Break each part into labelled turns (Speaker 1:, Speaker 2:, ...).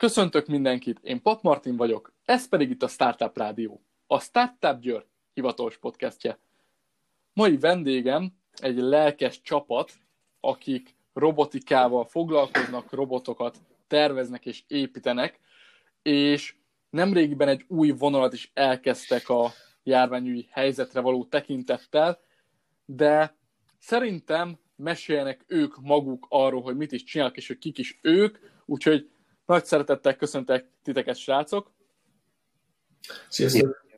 Speaker 1: Köszöntök mindenkit, én Pap Martin vagyok, ez pedig itt a Startup Rádió, a Startup Győr hivatalos podcastje. Mai vendégem egy lelkes csapat, akik robotikával foglalkoznak, robotokat terveznek és építenek, és nemrégiben egy új vonalat is elkezdtek a járványügyi helyzetre való tekintettel, de szerintem meséljenek ők maguk arról, hogy mit is csinálnak, és hogy kik is ők, úgyhogy nagy szeretettel köszöntek titeket, srácok.
Speaker 2: Sziasztok!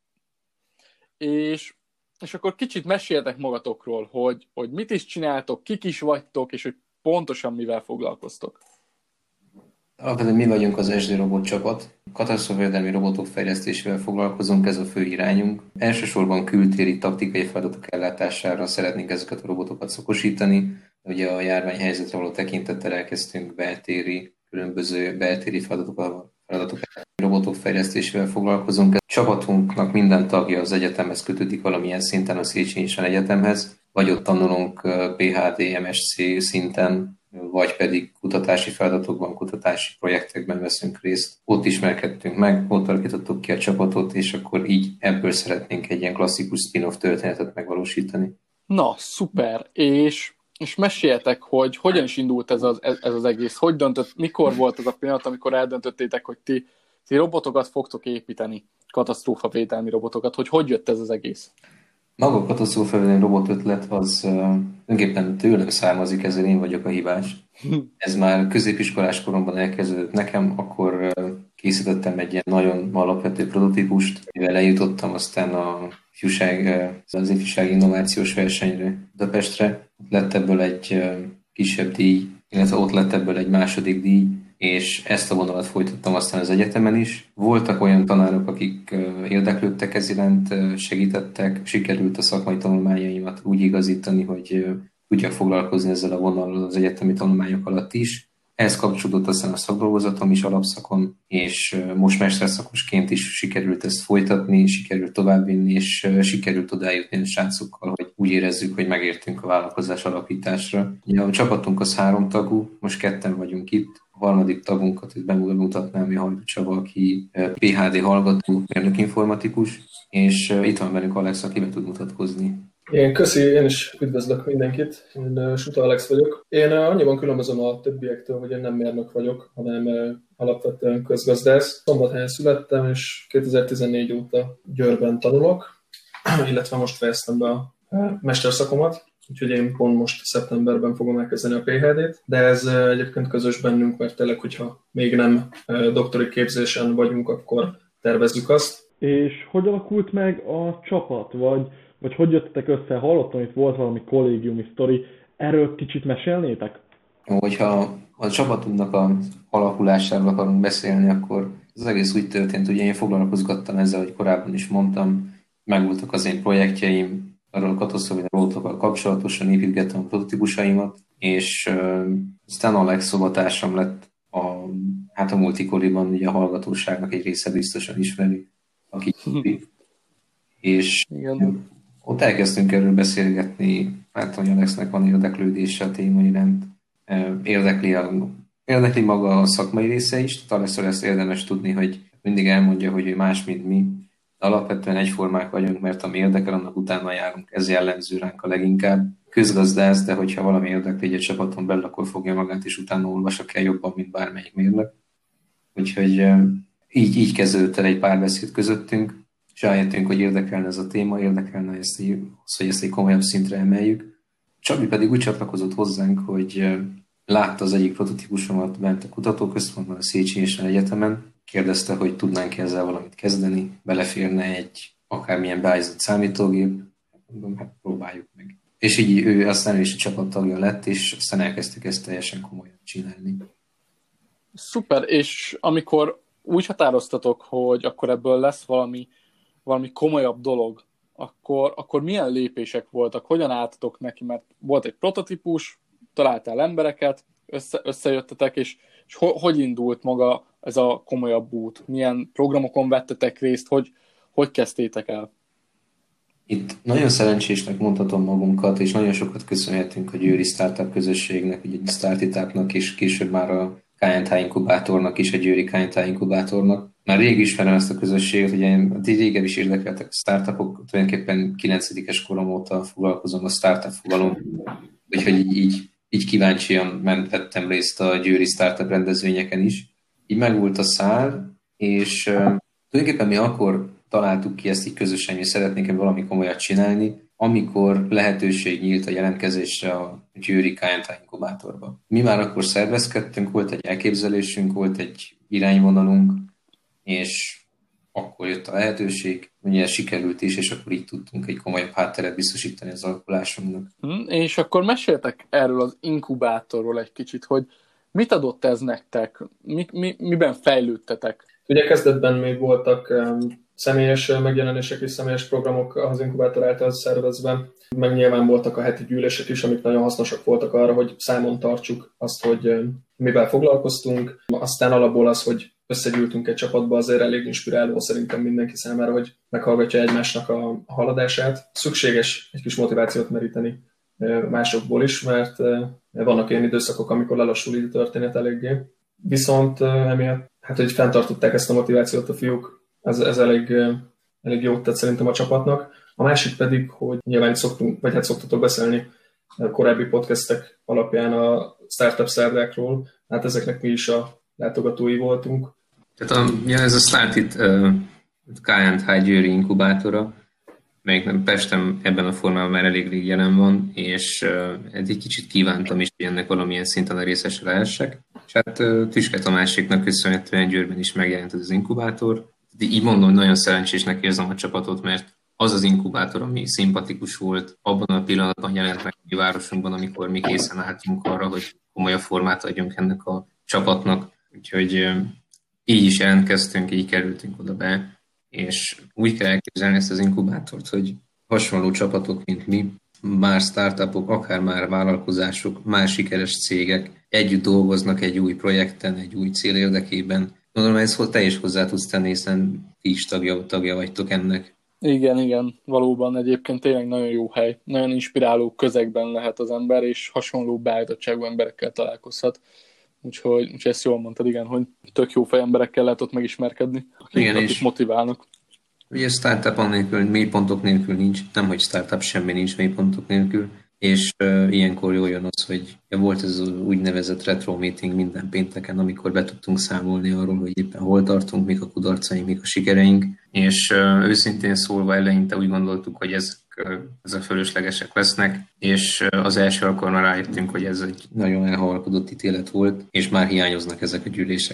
Speaker 1: És akkor kicsit meséljetek magatokról, hogy mit is csináltok, kik is vagytok, és hogy pontosan mivel foglalkoztok.
Speaker 2: Alapvetően mi vagyunk az SD Robot csapat. Katasztrófavédelmi robotok fejlesztésével foglalkozunk, ez a fő irányunk. Elsősorban kültéri taktikai feladatok ellátására szeretnénk ezeket a robotokat szakosítani. Ugye a járványhelyzetre való tekintettel elkezdtünk különböző beltéri feladatokkal robotok fejlesztésével foglalkozunk. A csapatunknak minden tagja az egyetemhez kötődik valamilyen szinten, a Széchenyi István Egyetemhez, vagy ott tanulunk PhD, MSc szinten, vagy pedig kutatási feladatokban, kutatási projektekben veszünk részt. Ott ismerkedtünk meg, ott alakítottuk ki a csapatot, és akkor így ebből szeretnénk egy ilyen klasszikus spin-off történetet megvalósítani.
Speaker 1: Na, szuper! És meséljetek, hogy hogyan is indult ez az egész? Hogy döntött, mikor volt az a pillanat, amikor eldöntöttétek, hogy ti robotokat fogtok építeni, katasztrófavédelmi robotokat? Hogy jött ez az egész?
Speaker 2: Maga a katasztrófavédelmi robot ötlet az önképpen tőlem származik, ezzel én vagyok a hibás. Ez már középiskolás koromban elkezdődött nekem, akkor készítettem egy ilyen nagyon alapvető prototípust, mivel eljutottam aztán az ifjúsági innovációs versenyre Budapestre. Lett ebből egy kisebb díj, illetve ott lett ebből egy második díj, és ezt a vonalat folytattam aztán az egyetemen is. Voltak olyan tanárok, akik érdeklődtek ez iránt, segítettek, sikerült a szakmai tanulmányaimat úgy igazítani, hogy tudjak foglalkozni ezzel a vonallal az egyetemi tanulmányok alatt is. Ehhez kapcsolódott aztán a szakdolgozatom is alapszakon, és most mesterszakosként is sikerült ezt folytatni, sikerült továbbvinni, és sikerült odájutni a srácokkal, hogy úgy érezzük, hogy megértünk a vállalkozás alapításra. Ugye a csapatunk az 3 tagú, most 2 vagyunk itt. A harmadik tagunkat itt bemutatnám, Hajdu Csaba, aki PhD hallgató, mérnök-informatikus, és itt van velünk Alex, aki be tud mutatkozni.
Speaker 3: Én is üdvözlök mindenkit, én Suta Alex vagyok. Én annyiban különbözöm a többiektől, hogy én nem mérnök vagyok, hanem alapvetően közgazdász. Szombathelyen születtem, és 2014 óta Győrben tanulok, illetve most fejeztem be a mesterszakomat, úgyhogy én pont most szeptemberben fogom elkezdeni a PhD-t, de ez egyébként közös bennünk, mert tényleg, hogyha még nem doktori képzésen vagyunk, akkor tervezzük azt.
Speaker 4: És hogy alakult meg a csapat, vagy hogy jöttetek össze? Hallottam, hogy volt valami kollégiumi sztori. Erről kicsit mesélnétek?
Speaker 2: Hogyha a csapatunknak a alakulásáról akarunk beszélni, akkor az egész úgy történt, hogy én foglalkozgattam ezzel, hogy korábban is mondtam, megvoltak az én projektjeim, arról a katasztrófavédelmi robotokkal kapcsolatosan építgettem a prototípusaimat, és aztán Alex szobatársam lett a multikoriban, ugye a hallgatóságnak egy része biztosan ismeri, aki és igen. Ott elkezdtünk erről beszélgetni, láttam, hogy Alexnek van érdeklődése a téma iránt. Érdekli maga a szakmai része is, Alexről ezt érdemes tudni, hogy mindig elmondja, hogy ő más, mint mi. De alapvetően egyformák vagyunk, mert ami érdekel, annak utána járunk. Ez jellemző ránk a leginkább. Közgazdász, de hogyha valami érdekli egy csapaton belül, akkor fogja magát, és utána olvasok el jobban, mint bármelyik mérnök. Úgyhogy így kezdődött el egy párbeszéd közöttünk, és rájöttünk, hogy érdekelne ez a téma, érdekelne hogy ezt egy komolyabb szintre emeljük. Csabi pedig úgy csatlakozott hozzánk, hogy látta az egyik prototípusomat bent a kutatóközpontban, a Széchenyi István Egyetemen, kérdezte, hogy tudnánk ezzel valamit kezdeni, beleférne egy akármilyen beállított számítógép, mondom, hát próbáljuk meg. És így ő aztán is a csapattagja lett, és aztán elkezdtük ezt teljesen komolyan csinálni.
Speaker 1: Szuper, és amikor úgy határoztatok, hogy akkor ebből lesz valami komolyabb dolog, akkor milyen lépések voltak, hogyan álltatok neki, mert volt egy prototípus, találtál embereket, összejöttetek, és hogy indult maga ez a komolyabb út? Milyen programokon vettetek részt, hogy kezdtétek el?
Speaker 2: Itt nagyon szerencsésnek mondhatom magunkat, és nagyon sokat köszönhetünk a győri startup közösségnek, ugye a Startitapnak, és később már a K&H inkubátornak is, a győri K&H inkubátornak. Már rég ismerem ezt a közösséget, ugye én régebb is érdekeltek a startupok, tulajdonképpen 9-es korom óta foglalkozom a startup fogalom, úgyhogy így kíváncsian vettem részt a győri startup rendezvényeken is. Így megvolt a szál, és tulajdonképpen mi akkor találtuk ki ezt így közösen, hogy szeretnénk valami komolyat csinálni, amikor lehetőség nyílt a jelentkezésre a győri K&H inkubátorba. Mi már akkor szervezkedtünk, volt egy elképzelésünk, volt egy irányvonalunk, és akkor jött a lehetőség, ugye sikerült is, és akkor így tudtunk egy komolyabb hátteret biztosítani az alakulásunknak.
Speaker 1: És akkor meséltek erről az inkubátorról egy kicsit, hogy mit adott ez nektek? Miben fejlődtetek?
Speaker 3: Ugye kezdetben még voltak személyes megjelenések és személyes programok az inkubátor által szervezve, meg nyilván voltak a heti gyűlések is, amik nagyon hasznosak voltak arra, hogy számon tartsuk azt, hogy mivel foglalkoztunk. Aztán alapból az, hogy összegyűltünk egy csapatba, azért elég inspiráló szerintem mindenki számára, hogy meghallgatja egymásnak a haladását. Szükséges egy kis motivációt meríteni másokból is, mert vannak olyan időszakok, amikor lelassul így a történet eléggé. Viszont emiatt, hogy fenntartották ezt a motivációt a fiúk, ez elég jót tett szerintem a csapatnak. A másik pedig, hogy nyilván szoktatok beszélni korábbi podcastek alapján a startup szerdákról, hát ezeknek mi is a látogatói voltunk.
Speaker 2: Tehát ez a Startit K&H győri inkubátora, melyik Pesten ebben a formában már elég rég jelen van, és egy kicsit kívántam is, hogy ennek valamilyen szinten a részes lehessek. És hát Tüske Tamásiknak köszönhetően Győrben is megjelent az inkubátor. De így mondom, hogy nagyon szerencsésnek érzem a csapatot, mert az az inkubátor, ami szimpatikus volt, abban a pillanatban jelent meg a városunkban, amikor mi készen álltunk arra, hogy komolyabb formát adjunk ennek a csapatnak. Úgyhogy így is jelentkeztünk, így kerültünk oda be, és úgy kell elképzelni ezt az inkubátort, hogy hasonló csapatok, mint mi, már startupok, akár már vállalkozások, már sikeres cégek együtt dolgoznak egy új projekten, egy új cél érdekében. Gondolom, ezt te is hozzá tudsz tenni, hiszen ti is tagja vagytok ennek.
Speaker 1: Igen, valóban egyébként tényleg nagyon jó hely. Nagyon inspiráló közegben lehet az ember, és hasonló beállítottságú emberekkel találkozhat. Úgyhogy ezt jól mondtad, igen, hogy tök jó emberekkel lehet ott megismerkedni, akik motiválnak.
Speaker 2: Ugye startup annélkül, mélypontok nélkül nincs, nem hogy startup, semmi nincs mélypontok nélkül, és ilyenkor jól jön az, hogy volt ez az úgynevezett retro meeting minden pénteken, amikor be tudtunk számolni arról, hogy éppen hol tartunk, mik a kudarcaink, mik a sikereink, és őszintén szólva eleinte úgy gondoltuk, hogy ezek fölöslegesek lesznek, és az első alkalommal rájöttünk, hogy ez egy nagyon elhamarkodott ítélet volt, és már hiányoznak ezek a gyűlések.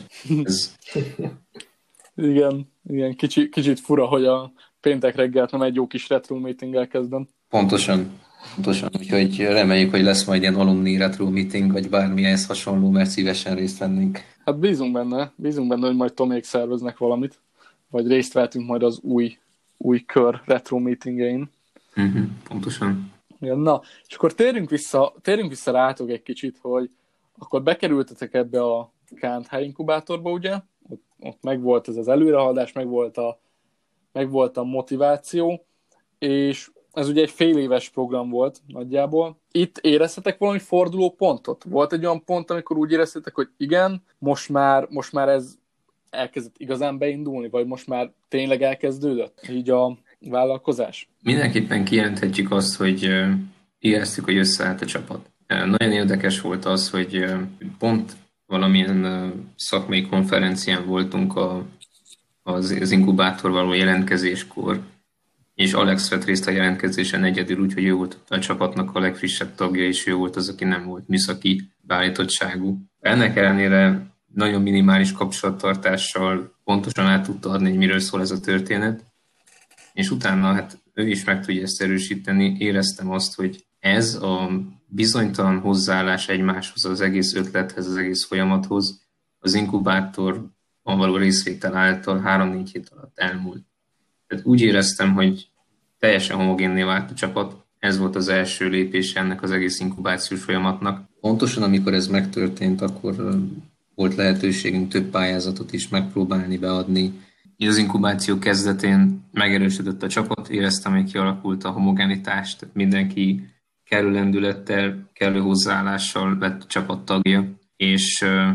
Speaker 1: Igen, kicsit fura, hogy a péntek reggelt nem egy jó kis retro meetinggel kezdem.
Speaker 2: Pontosan, úgyhogy reméljük, hogy lesz majd ilyen alumni retro meeting, vagy bármi ehhez hasonló, mert szívesen részt vennénk.
Speaker 1: Hát bízunk benne, hogy majd Tomék szerveznek valamit, vagy részt vehetünk majd az új kör retro meetingein.
Speaker 2: Pontosan.
Speaker 1: Igen, na, és akkor térjünk vissza rátok egy kicsit, hogy akkor bekerültetek ebbe a K&H inkubátorba, ugye? Ott megvolt ez az előrehaladás, megvolt a motiváció, és ez ugye egy fél éves program volt nagyjából. Itt éreztetek valami forduló pontot? Volt egy olyan pont, amikor úgy éreztetek, hogy igen, most már ez elkezdett igazán beindulni, vagy most már tényleg elkezdődött így a vállalkozás?
Speaker 2: Mindenképpen kijelenthetjük azt, hogy éreztük, hogy összeállt a csapat. Nagyon érdekes volt az, hogy pont valamilyen szakmai konferencián voltunk az inkubátor való jelentkezéskor, és Alex vett részt a jelentkezésen egyedül, úgyhogy ő volt a csapatnak a legfrissebb tagja, és ő volt az, aki nem volt műszaki beállítottságú. Ennek ellenére nagyon minimális kapcsolattartással pontosan át tudta adni, hogy miről szól ez a történet, és utána hát ő is meg tudja ezt erősíteni. Éreztem azt, hogy ez a bizonytalan hozzáállás egymáshoz, az egész ötlethez, az egész folyamathoz az inkubátorban való részvétel által 3-4 hét alatt elmúlt. Tehát úgy éreztem, hogy teljesen homogénné vált a csapat. Ez volt az első lépés ennek az egész inkubációs folyamatnak. Pontosan amikor ez megtörtént, akkor volt lehetőségünk több pályázatot is megpróbálni, beadni. Az inkubáció kezdetén megerősödött a csapat, éreztem, hogy kialakult a homogenitást, tehát mindenki kellő lendülettel, kellő hozzáállással lett a csapat tagja, és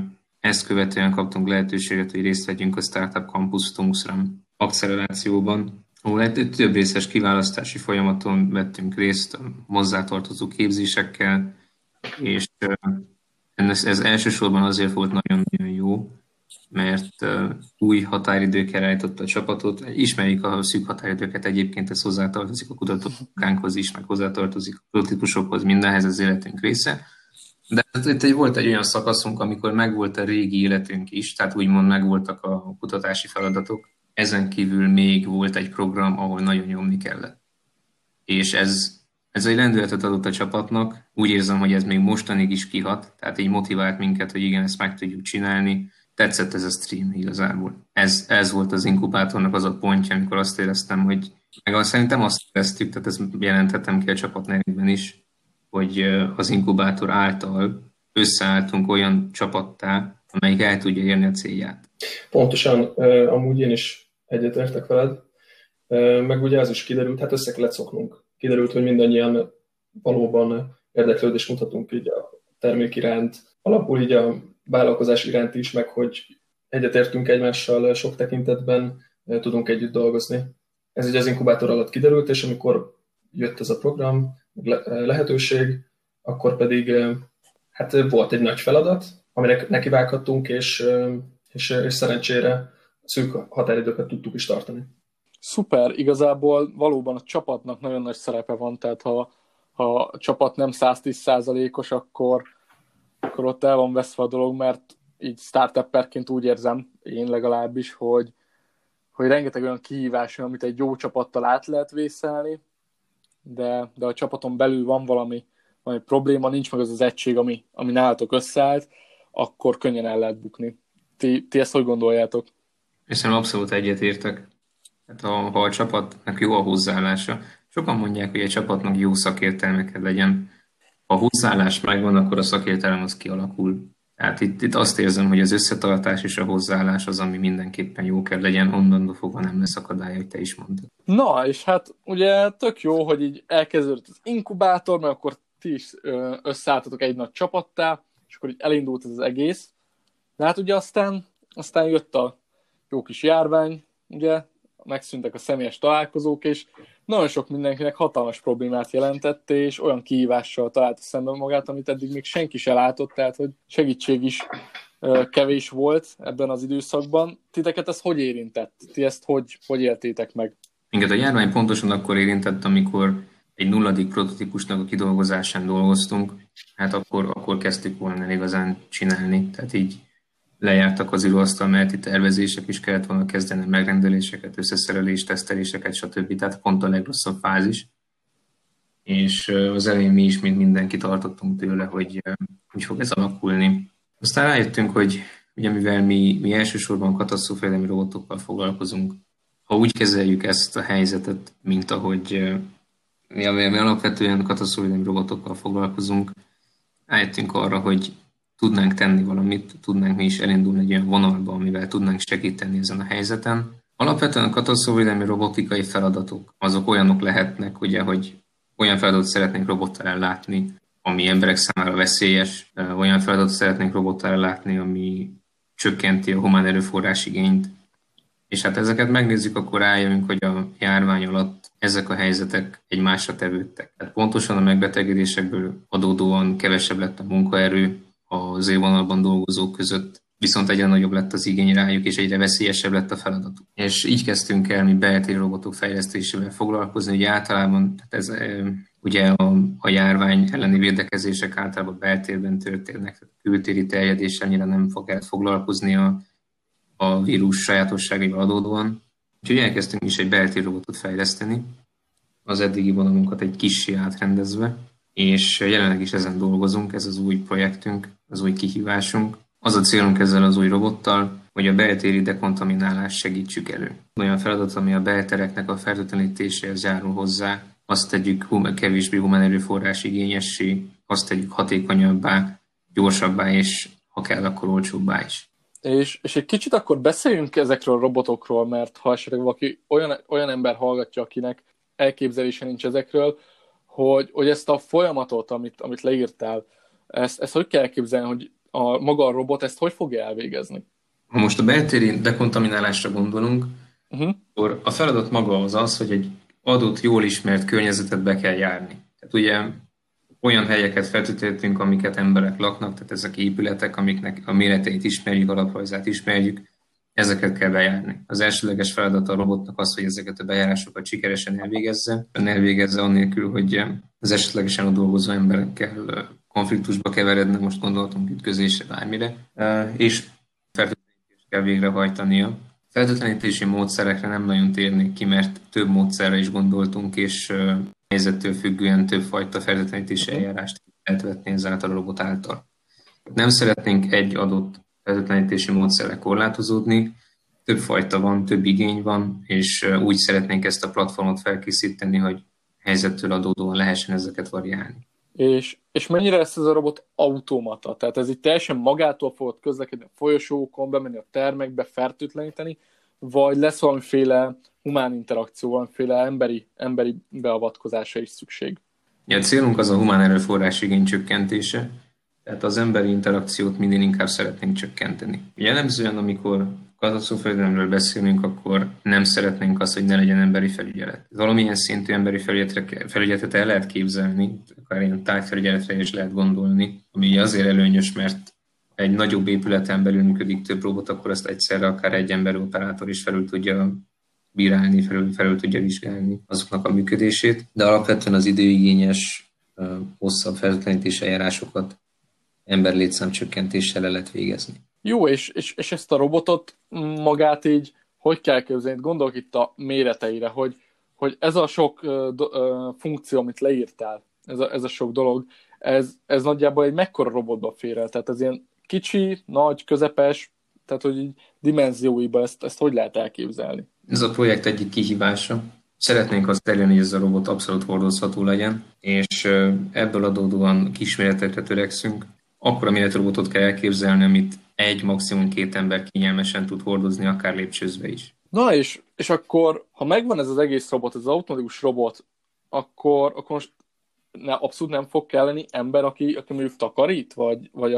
Speaker 2: ezt követően kaptunk lehetőséget, hogy részt vegyünk a Startup Campus Tungsram accelerációban, ahol egy több részes kiválasztási folyamaton vettünk részt hozzátartozó képzésekkel, és ez elsősorban azért volt nagyon-nagyon jó, mert új határidőkkel állította a csapatot. Ismerjük a szűk határidőket, egyébként ez hozzátartozik a kutatómunkánkhoz is, meg hozzátartozik a prototípusokhoz, mindenhez az életünk része. De itt volt egy olyan szakaszunk, amikor megvolt a régi életünk is, tehát úgymond megvoltak a kutatási feladatok. Ezen kívül még volt egy program, ahol nagyon nyomni kellett. És ez egy lendületet adott a csapatnak. Úgy érzem, hogy ez még mostanig is kihat, tehát így motivált minket, hogy igen, ezt meg tudjuk csinálni. Tetszett ez a stream igazából. Ez volt az inkubátornak az a pontja, amikor azt éreztem, hogy meg szerintem azt éreztük, tehát ezt jelentettem ki a csapat nevében is, hogy az inkubátor által összeálltunk olyan csapattá, amelyik el tudja érni a célját.
Speaker 3: Pontosan, amúgy én is egyetértek veled, meg ugye ez is kiderült, hát össze kellett szoknunk. Kiderült, hogy mindannyian valóban érdeklődést mutatunk így a termék iránt, alapul így a vállalkozás iránt is, meg hogy egyetértünk egymással sok tekintetben, tudunk együtt dolgozni. Ez így az inkubátor alatt kiderült, és amikor jött ez a program, lehetőség, akkor pedig hát volt egy nagy feladat, aminek nekivághattunk, és szerencsére szűk határidőket tudtuk is tartani.
Speaker 1: Szuper, igazából valóban a csapatnak nagyon nagy szerepe van, tehát ha a csapat nem 110%-os, akkor ott el van veszve a dolog, mert így startupperként úgy érzem, én legalábbis, hogy rengeteg olyan kihívás, amit egy jó csapattal át lehet vészelni, de a csapaton belül van valami probléma, nincs meg az egység, ami nálatok összeállt, akkor könnyen el lehet bukni. Ti ezt hogy gondoljátok?
Speaker 2: És szerintem abszolút egyetértek. Hát ha a csapatnak jó a hozzáállása, sokan mondják, hogy egy csapatnak jó szakértelme kell legyen. Ha a hozzáállás megvan, akkor a szakértelem az kialakul. Tehát itt azt érzem, hogy az összetartás és a hozzáállás az, ami mindenképpen jó kell legyen, onnantól fogva nem lesz akadály, hogy te is mondtad.
Speaker 1: Na, és hát ugye tök jó, hogy így elkezdődött az inkubátor, mert akkor ti is összeálltatok egy nagy csapattá, és akkor így elindult ez az egész. De hát ugye aztán jött a jó kis járvány, ugye, megszűntek a személyes találkozók, és nagyon sok mindenkinek hatalmas problémát jelentett, és olyan kihívással találta szemben magát, amit eddig még senki se látott, tehát hogy segítség is kevés volt ebben az időszakban. Titeket ez hogy érintett? Ti ezt hogy éltétek meg?
Speaker 2: Minket a járvány pontosan akkor érintett, amikor egy nulladik prototípusnak a kidolgozásán dolgoztunk, hát akkor kezdtük volna igazán csinálni, tehát így lejártak az íróasztal melletti tervezések, is kellett volna kezdeni megrendeléseket, összeszerelést, teszteléseket, stb. Tehát pont a legrosszabb fázis. És az elején mi is, mint mindenki tartottunk tőle, hogy fog ez alakulni. Aztán rájöttünk, hogy ugye mivel mi elsősorban katasztrófavédelmi robotokkal foglalkozunk, ha úgy kezeljük ezt a helyzetet, mint ahogy mi alapvetően katasztrófavédelmi robotokkal foglalkozunk, rájöttünk arra, hogy tudnánk tenni valamit, tudnánk mi is elindulni egy olyan vonalba, amivel tudnánk segíteni ezen a helyzeten. Alapvetően a katasztrófavédelmi robotikai feladatok, azok olyanok lehetnek, ugye, hogy olyan feladatot szeretnénk robottal ellátni, ami emberek számára veszélyes, olyan feladatot szeretnénk robottal ellátni, ami csökkenti a humán erőforrás igényt. És hát ezeket megnézzük, akkor rájövünk, hogy a járvány alatt ezek a helyzetek egymásra tevődtek. Tehát pontosan a megbetegedésekből adódóan kevesebb lett a munkaerő az élvonalban dolgozók között, viszont egyre nagyobb lett az igény rájuk, és egyre veszélyesebb lett a feladatuk. És így kezdtünk el mi beltéri robotok fejlesztésével foglalkozni, hogy általában ez, ugye a járvány elleni védekezések általában beltérben történnek, tehát kültéri terjedéssel annyira nem fog el foglalkozni a vírus sajátosságaival adódóan. Úgyhogy elkezdtünk is egy beltéri robotot fejleszteni, az eddigi vonalunkat egy kissé átrendezve, és jelenleg is ezen dolgozunk, ez az új projektünk, az új kihívásunk. Az a célunk ezzel az új robottal, hogy a beltéri dekontaminálást segítsük elő. Olyan feladat, ami a beltereknek a fertőtlenítéséhez járul hozzá, azt tegyük kevésbé humán erőforrás igényessé, azt tegyük hatékonyabbá, gyorsabbá, és ha kell, akkor olcsóbbá is.
Speaker 1: És egy kicsit akkor beszéljünk ezekről a robotokról, mert ha esetleg valaki olyan ember hallgatja, akinek elképzelése nincs ezekről, hogy ezt a folyamatot, amit leírtál, ezt hogy kell elképzelni, hogy maga a robot ezt hogy fogja elvégezni?
Speaker 2: Ha most a beltéri dekontaminálásra gondolunk,
Speaker 1: Uh-huh.
Speaker 2: akkor a feladat maga az, hogy egy adott, jól ismert környezetet be kell járni. Tehát ugye olyan helyeket feltüntetünk, amiket emberek laknak, tehát ezek épületek, amiknek a méreteit ismerjük, alaprajzát ismerjük, ezeket kell bejárni. Az elsőleges feladat a robotnak az, hogy ezeket a bejárásokat sikeresen elvégezze annélkül, hogy az esetlegesen ott dolgozó emberekkel konfliktusba keveredne, most gondoltunk ütközésre, bármire, és fertőtlenítést kell végrehajtania. Fertőtlenítési módszerekre nem nagyon térnék ki, mert több módszerre is gondoltunk, és helyzettől függően többfajta fertőtlenítési eljárást lehet vetni ezáltal a robot által. Nem szeretnénk egy adott fertőtlenítési módszerre korlátozódni, több fajta van, több igény van, és úgy szeretnénk ezt a platformot felkészíteni, hogy helyzettől adódóan lehessen ezeket variálni.
Speaker 1: És mennyire lesz ez a robot automata? Tehát ez így teljesen magától fogod közlekedni a folyosókon, bemenni a termekbe, fertőtleníteni, vagy lesz valamiféle humán interakció, valamiféle emberi beavatkozásra is szükség?
Speaker 2: Ja, a célunk az a humán erőforrás igény csökkentése, tehát az emberi interakciót minél inkább szeretnénk csökkenteni. Jellemzően, amikor katasztrófavédelemről beszélünk, akkor nem szeretnénk azt, hogy ne legyen emberi felügyelet. Valamilyen szintű emberi felügyeletet el lehet képzelni, akár ilyen tájfelügyeletre is lehet gondolni, ami azért előnyös, mert egy nagyobb épületen belül működik több robot, akkor azt egyszerre akár egy emberi operátor is felül tudja bírálni, felül tudja vizsgálni azoknak a működését, de alapvetően az időigényes, hosszabb fertőtlenítési eljárásokat emberlétszámcsökkentéssel el lehet végezni.
Speaker 1: Jó, és ezt a robotot magát így hogy kell képzelni? Gondolok itt a méreteire, hogy ez a sok funkció, amit leírtál, ez a sok dolog, ez nagyjából egy mekkora robotba fér el? Tehát ez ilyen kicsi, nagy, közepes, tehát hogy így dimenzióiba ezt hogy lehet elképzelni?
Speaker 2: Ez a projekt egyik kihívása. Szeretnénk azt elérni, hogy ez a robot abszolút hordozható legyen, és ebből adódóan kisméretekre törekszünk. Akkora méretű robotot kell elképzelni, amit egy, maximum 2 ember kényelmesen tud hordozni, akár lépcsőzve is.
Speaker 1: Na és akkor, ha megvan ez az egész robot, ez az automatikus robot, akkor most abszolút nem fog kelleni ember, aki mondjuk takarít, vagy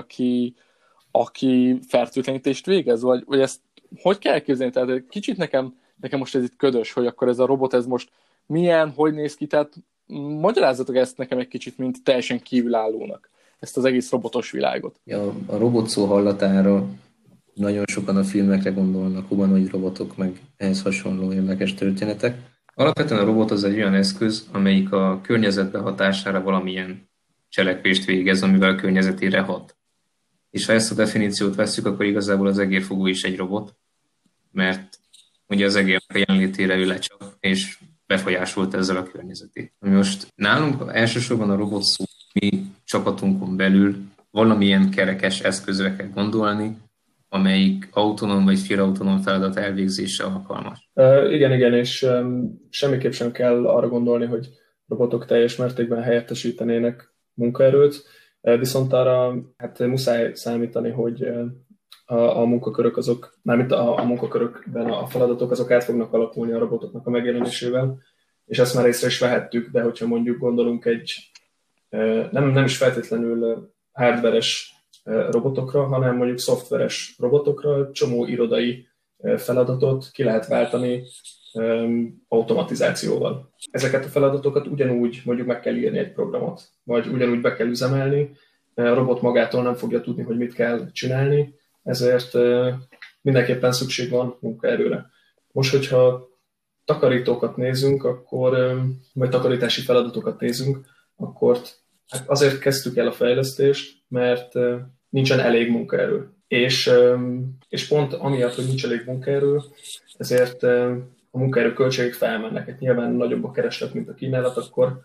Speaker 1: aki fertőtlenítést végez, vagy ezt hogy kell elképzelni? Tehát kicsit nekem most ez itt ködös, hogy akkor ez a robot, ez most milyen, hogy néz ki, tehát magyarázzatok ezt nekem egy kicsit, mint teljesen kívülállónak, ezt az egész robotos világot.
Speaker 2: Ja, a robot szó hallatára nagyon sokan a filmekre gondolnak, humanoid robotok, meg ehhez hasonló érdekes történetek. Alapvetően a robot az egy olyan eszköz, amelyik a környezetbe hatására valamilyen cselekvést végez, amivel a környezetére hat. És ha ezt a definíciót vesszük, akkor igazából az egérfogó is egy robot, mert ugye az egér jelenlétére ő lecsap, és befolyásolt ezzel a környezetét. Most nálunk elsősorban a robot szó, mi csapatunkon belül valamilyen kerekes eszközre kell gondolni, amelyik autonóm vagy félautonóm feladat elvégzése alkalmas.
Speaker 3: Igen, és semmiképp sem kell arra gondolni, hogy robotok teljes mértékben helyettesítenének munkaerőt, viszont arra hát muszáj számítani, hogy a munkakörök azok, mármint a munkakörökben a feladatok azok át fognak alakulni a robotoknak a megjelenésével, és ezt már észre is vehettük, de hogyha mondjuk gondolunk egy nem is feltétlenül hardveres robotokra, hanem mondjuk szoftveres robotokra, csomó irodai feladatot ki lehet váltani automatizációval. Ezeket a feladatokat ugyanúgy mondjuk meg kell írni egy programot, vagy ugyanúgy be kell üzemelni, a robot magától nem fogja tudni, hogy mit kell csinálni, ezért mindenképpen szükség van munkaerőre. Most, hogyha takarítókat nézünk, vagy takarítási feladatokat nézünk, akkor hát azért kezdtük el a fejlesztést, mert nincsen elég munkaerő. És pont amiatt, hogy nincs elég munkaerő, ezért a munkaerő költségek felmennek. Hát nyilván nagyobb a kereslet, mint a kínálat, akkor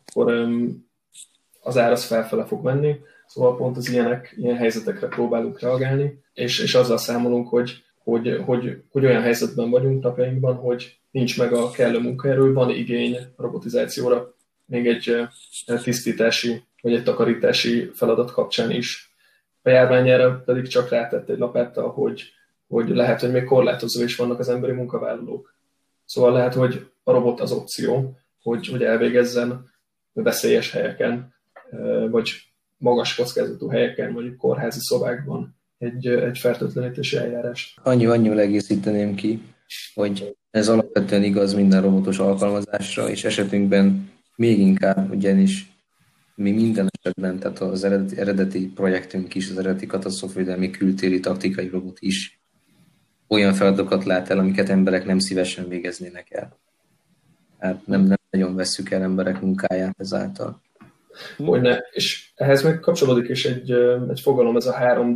Speaker 3: az ár az felfele fog menni. Szóval pont az ilyen helyzetekre próbálunk reagálni, és azzal számolunk, hogy olyan helyzetben vagyunk napjainkban, hogy nincs meg a kellő munkaerő, van igény a robotizációra, még egy tisztítási vagy egy takarítási feladat kapcsán is. A járvány erre pedig csak rátett egy lapáttal, hogy lehet, hogy még korlátozó is vannak az emberi munkavállalók. Szóval lehet, hogy a robot az opció, hogy elvégezzen veszélyes helyeken, vagy magas kockázatú helyeken, mondjuk kórházi szobákban egy fertőtlenítési eljárást.
Speaker 2: Annyival egészíteném ki, hogy ez alapvetően igaz minden robotos alkalmazásra, és esetünkben még inkább, ugyanis mi minden esetben, tehát az eredeti projektünk is, az eredeti katasztrófavédelmi kültéri taktikai robot is olyan feladatokat lát el, amiket emberek nem szívesen végeznének el. Hát nem nagyon vesszük el emberek munkáját ezáltal.
Speaker 3: Hogyne, és ehhez még kapcsolódik is egy fogalom, ez a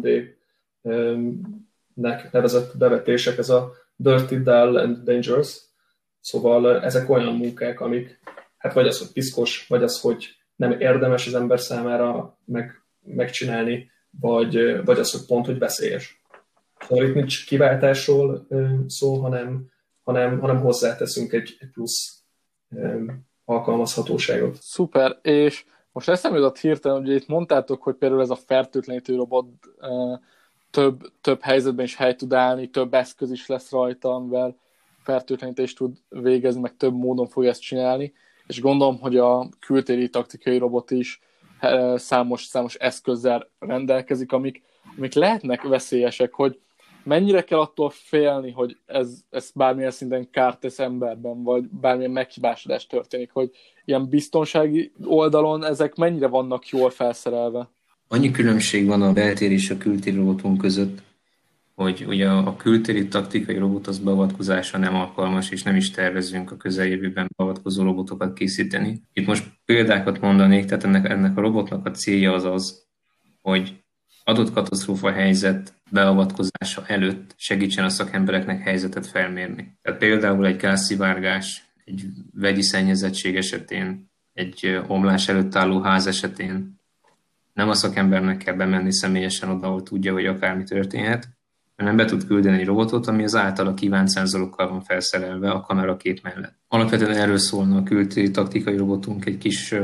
Speaker 3: 3D-nek nevezett bevetések, ez a dirty, dull and dangerous. Szóval ezek olyan munkák, amik, hát vagy az, hogy piszkos, vagy az, hogy nem érdemes az ember számára megcsinálni, vagy az, hogy pont, hogy veszélyes. Szóval itt nincs kiváltásról szó, hanem hozzáteszünk egy plusz alkalmazhatóságot.
Speaker 1: Szuper, és most eszembe jutott hirtelen, hogy itt mondtátok, hogy például ez a fertőtlenítő robot több helyzetben is hely tud állni, több eszköz is lesz rajta, amivel fertőtlenítést tud végezni, meg több módon fogja ezt csinálni, és gondolom, hogy a kültéri taktikai robot is számos eszközzel rendelkezik, amik lehetnek veszélyesek, hogy mennyire kell attól félni, hogy ez bármilyen szinten kárt tesz emberben, vagy bármilyen meghibásodás történik, hogy ilyen biztonsági oldalon ezek mennyire vannak jól felszerelve?
Speaker 2: Annyi különbség van a beltéri és a kültéri robotunk között, hogy ugye a kültéri taktikai robot az beavatkozásra nem alkalmas, és nem is tervezünk a közeljövőben beavatkozó robotokat készíteni. Itt most példákat mondanék, tehát ennek a robotnak a célja az, hogy adott katasztrófa helyzet beavatkozása előtt segítsen a szakembereknek helyzetet felmérni. Tehát például egy gázszivárgás, egy vegyi szennyezettség esetén, egy omlás előtt álló ház esetén nem a szakembernek kell bemenni személyesen oda, ahol tudja, hogy akármi történhet, hanem be tud küldeni egy robotot, ami az általa kívánt szenzorokkal van felszerelve a kamerakép mellett. Alapvetően erről szólna a kültéri taktikai robotunk egy kis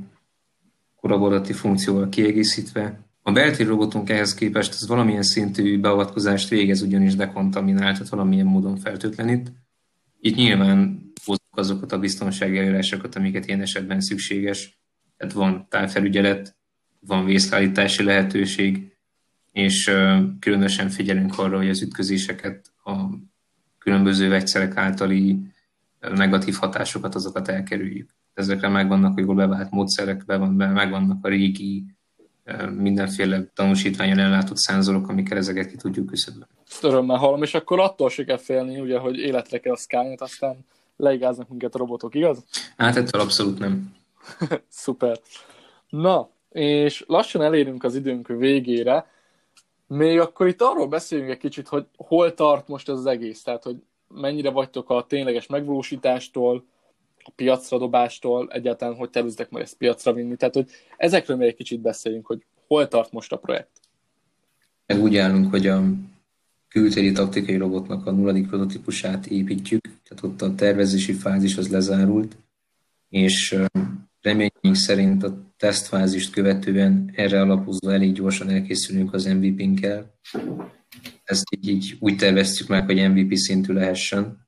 Speaker 2: kollaboratív funkcióval kiegészítve. A beltéri robotunk ehhez képest az valamilyen szintű beavatkozást végez, ugyanis dekontaminált, tehát valamilyen módon fertőtlenít. Itt nyilván hozzuk azokat a biztonsági előírásokat, amiket ilyen esetben szükséges. Tehát van távfelügyelet, van vészleállítási lehetőség, és különösen figyelünk arra, hogy az ütközéseket, a különböző vegyszerek általi negatív hatásokat, azokat elkerüljük. Ezekre megvannak a jól bevált módszerek, megvannak a régi mindenféle tanúsítványon ellátott szenzorok, amikkel ezeket ki tudjuk küszöbölni.
Speaker 1: Ezt örömmel hallom, és akkor attól se kell félni, ugye, hogy életre kell a Skynet, aztán leigáznak minket a robotok, igaz?
Speaker 2: Hát ettől abszolút nem.
Speaker 1: Szuper. Na, és lassan elérünk az időnk végére. Még akkor itt arról beszéljünk egy kicsit, hogy hol tart most ez az egész, tehát hogy mennyire vagytok a tényleges megvalósítástól, a piacra dobástól, egyáltalán hogy tervezitek majd ezt piacra vinni, tehát hogy ezekről még egy kicsit beszéljünk, hogy hol tart most a projekt.
Speaker 2: Úgy állunk, hogy a kültéri taktikai robotnak a 0. prototípusát építjük, tehát ott a tervezési fázis az lezárult, és reményünk szerint a tesztfázist követően erre alapozva elég gyorsan elkészülünk az MVP-nkkel. Ezt így úgy terveztük meg, hogy MVP szintű lehessen.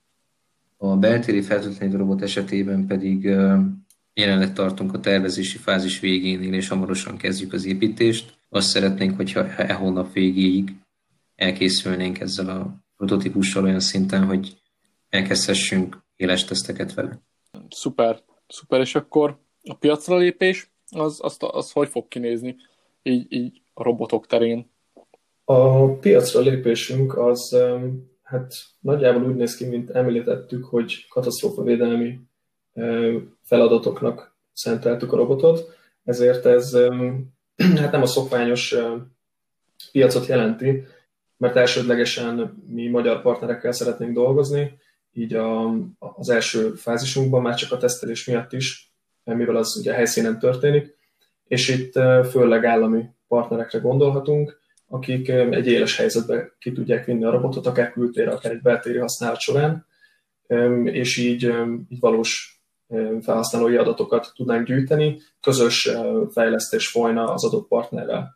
Speaker 2: A beltéri fertőtlenítő robot esetében pedig jelenleg tartunk a tervezési fázis végénél, és hamarosan kezdjük az építést. Azt szeretnénk, hogyha hónap végéig elkészülnénk ezzel a prototípussal olyan szinten, hogy elkezdhessünk éles teszteket vele.
Speaker 1: Szuper, és akkor a piacra lépés, az hogy fog kinézni így a robotok terén?
Speaker 3: A piacra lépésünk az hát nagyjából úgy néz ki, mint említettük, hogy katasztrófavédelmi feladatoknak szenteltük a robotot, ezért ez hát nem a szokványos piacot jelenti, mert elsődlegesen mi magyar partnerekkel szeretnénk dolgozni, így az első fázisunkban már csak a tesztelés miatt is, mivel az ugye helyszínen történik, és itt főleg állami partnerekre gondolhatunk, akik egy éles helyzetbe ki tudják vinni a robotot, akár kültérre, akár egy beltéri használat során, és így valós felhasználói adatokat tudnánk gyűjteni, közös fejlesztés folyna az adott partnerrel.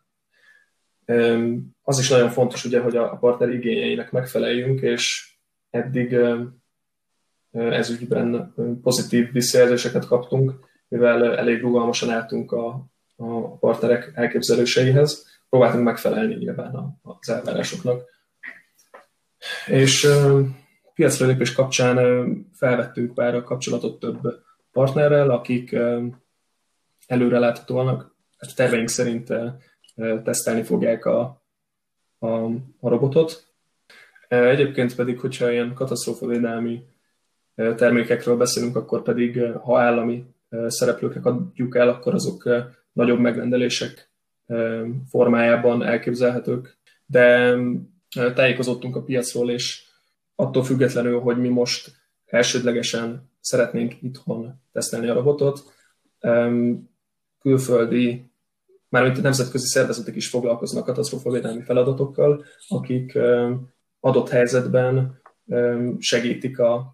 Speaker 3: Az is nagyon fontos, ugye, hogy a partner igényeinek megfeleljünk, és eddig ez ügyben pozitív visszajelzéseket kaptunk, mivel elég rugalmasan álltunk a partnerek elképzeléseihez. Próbáltunk megfelelni nyilván az elvárásoknak. És piacra lépés kapcsán felvettünk pár a kapcsolatot több partnerrel, akik előreláthatóan a terveink szerint tesztelni fogják a robotot. Egyébként pedig, hogyha ilyen katasztrófavédelmi termékekről beszélünk, akkor pedig, ha állami szereplőknek adjuk el, akkor azok nagyobb megrendelések formájában elképzelhetők. De tájékozottunk a piacról, és attól függetlenül, hogy mi most elsődlegesen szeretnénk itthon tesztelni a robotot, külföldi, mármint nemzetközi szervezetek is foglalkoznak katasztrófavédelmi feladatokkal, akik adott helyzetben segítik a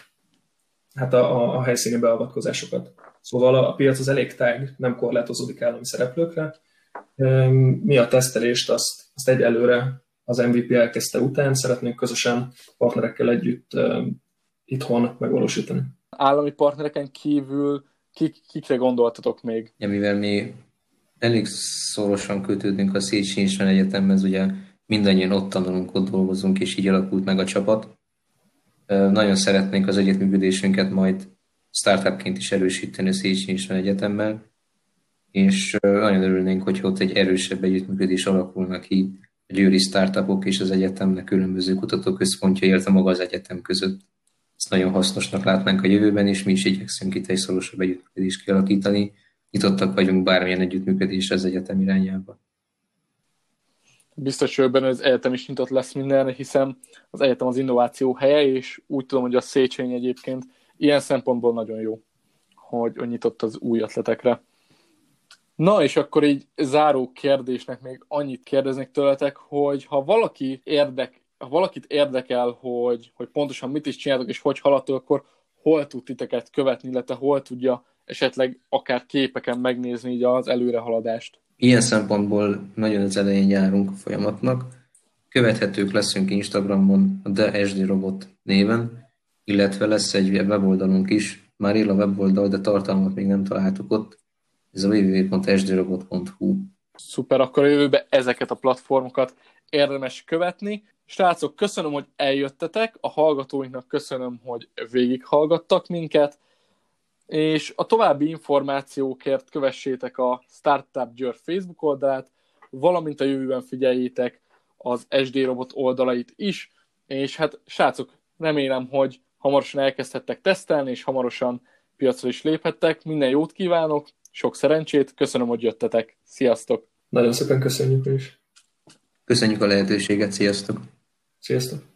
Speaker 3: helyszíni beavatkozásokat. Szóval a piac az elég tág, nem korlátozódik állami szereplőkre. Mi a tesztelést azt egyelőre az MVP elkezdte után, szeretnénk közösen partnerekkel együtt itthon megvalósítani.
Speaker 1: Állami partnereken kívül kikre gondoltatok még?
Speaker 2: Ja, mivel mi elég szorosan kötődünk a Széchenyi István Egyetemhez, ugye mindannyian ott tanulunk, ott dolgozunk, és így alakult meg a csapat. Nagyon szeretnénk az együttműködésünket majd startupként is erősíteni a Széchenyi István Egyetemmel, és nagyon örülnénk, hogyha ott egy erősebb együttműködés alakulna ki a győri startupok és az egyetemnek különböző kutatóközpontja, illetve maga az egyetem között. Ezt nagyon hasznosnak látnánk a jövőben, és mi is igyekszünk itt egy szorosabb együttműködést kialakítani. Nyitottak vagyunk bármilyen együttműködésre az egyetem irányába.
Speaker 1: Biztos vagyok benne, hogy az egyetem is nyitott lesz mindenre, hiszen az egyetem az innováció helye, és úgy tudom, hogy a Széchenyi egyébként ilyen szempontból nagyon jó, hogy nyitott az új ötletekre. Na, és akkor így záró kérdésnek még annyit kérdeznék tőletek, hogy ha valakit érdekel, hogy pontosan mit is csináltok, és hogy haladtok, akkor hol tud titeket követni, illetve hol tudja esetleg akár képeken megnézni így az előrehaladást?
Speaker 2: Ilyen szempontból nagyon az elején járunk a folyamatnak. Követhetők leszünk Instagramon a The SD Robot néven, illetve lesz egy weboldalunk is. Már él a weboldal, de tartalmat még nem találtuk ott. Ez a www.sdrobot.hu.
Speaker 1: Szuper, akkor a jövőben ezeket a platformokat érdemes követni. Srácok, köszönöm, hogy eljöttetek, a hallgatóinknak köszönöm, hogy végighallgattak minket, és a további információkért kövessétek a Startup Győr Facebook oldalát, valamint a jövőben figyeljétek az SD Robot oldalait is, és hát srácok, remélem, hogy hamarosan elkezdhettek tesztelni, és hamarosan piacra is léphettek. Minden jót kívánok, sok szerencsét, köszönöm, hogy jöttetek. Sziasztok!
Speaker 3: Nagyon szépen köszönjük is.
Speaker 2: Köszönjük a lehetőséget, sziasztok!
Speaker 3: Sziasztok!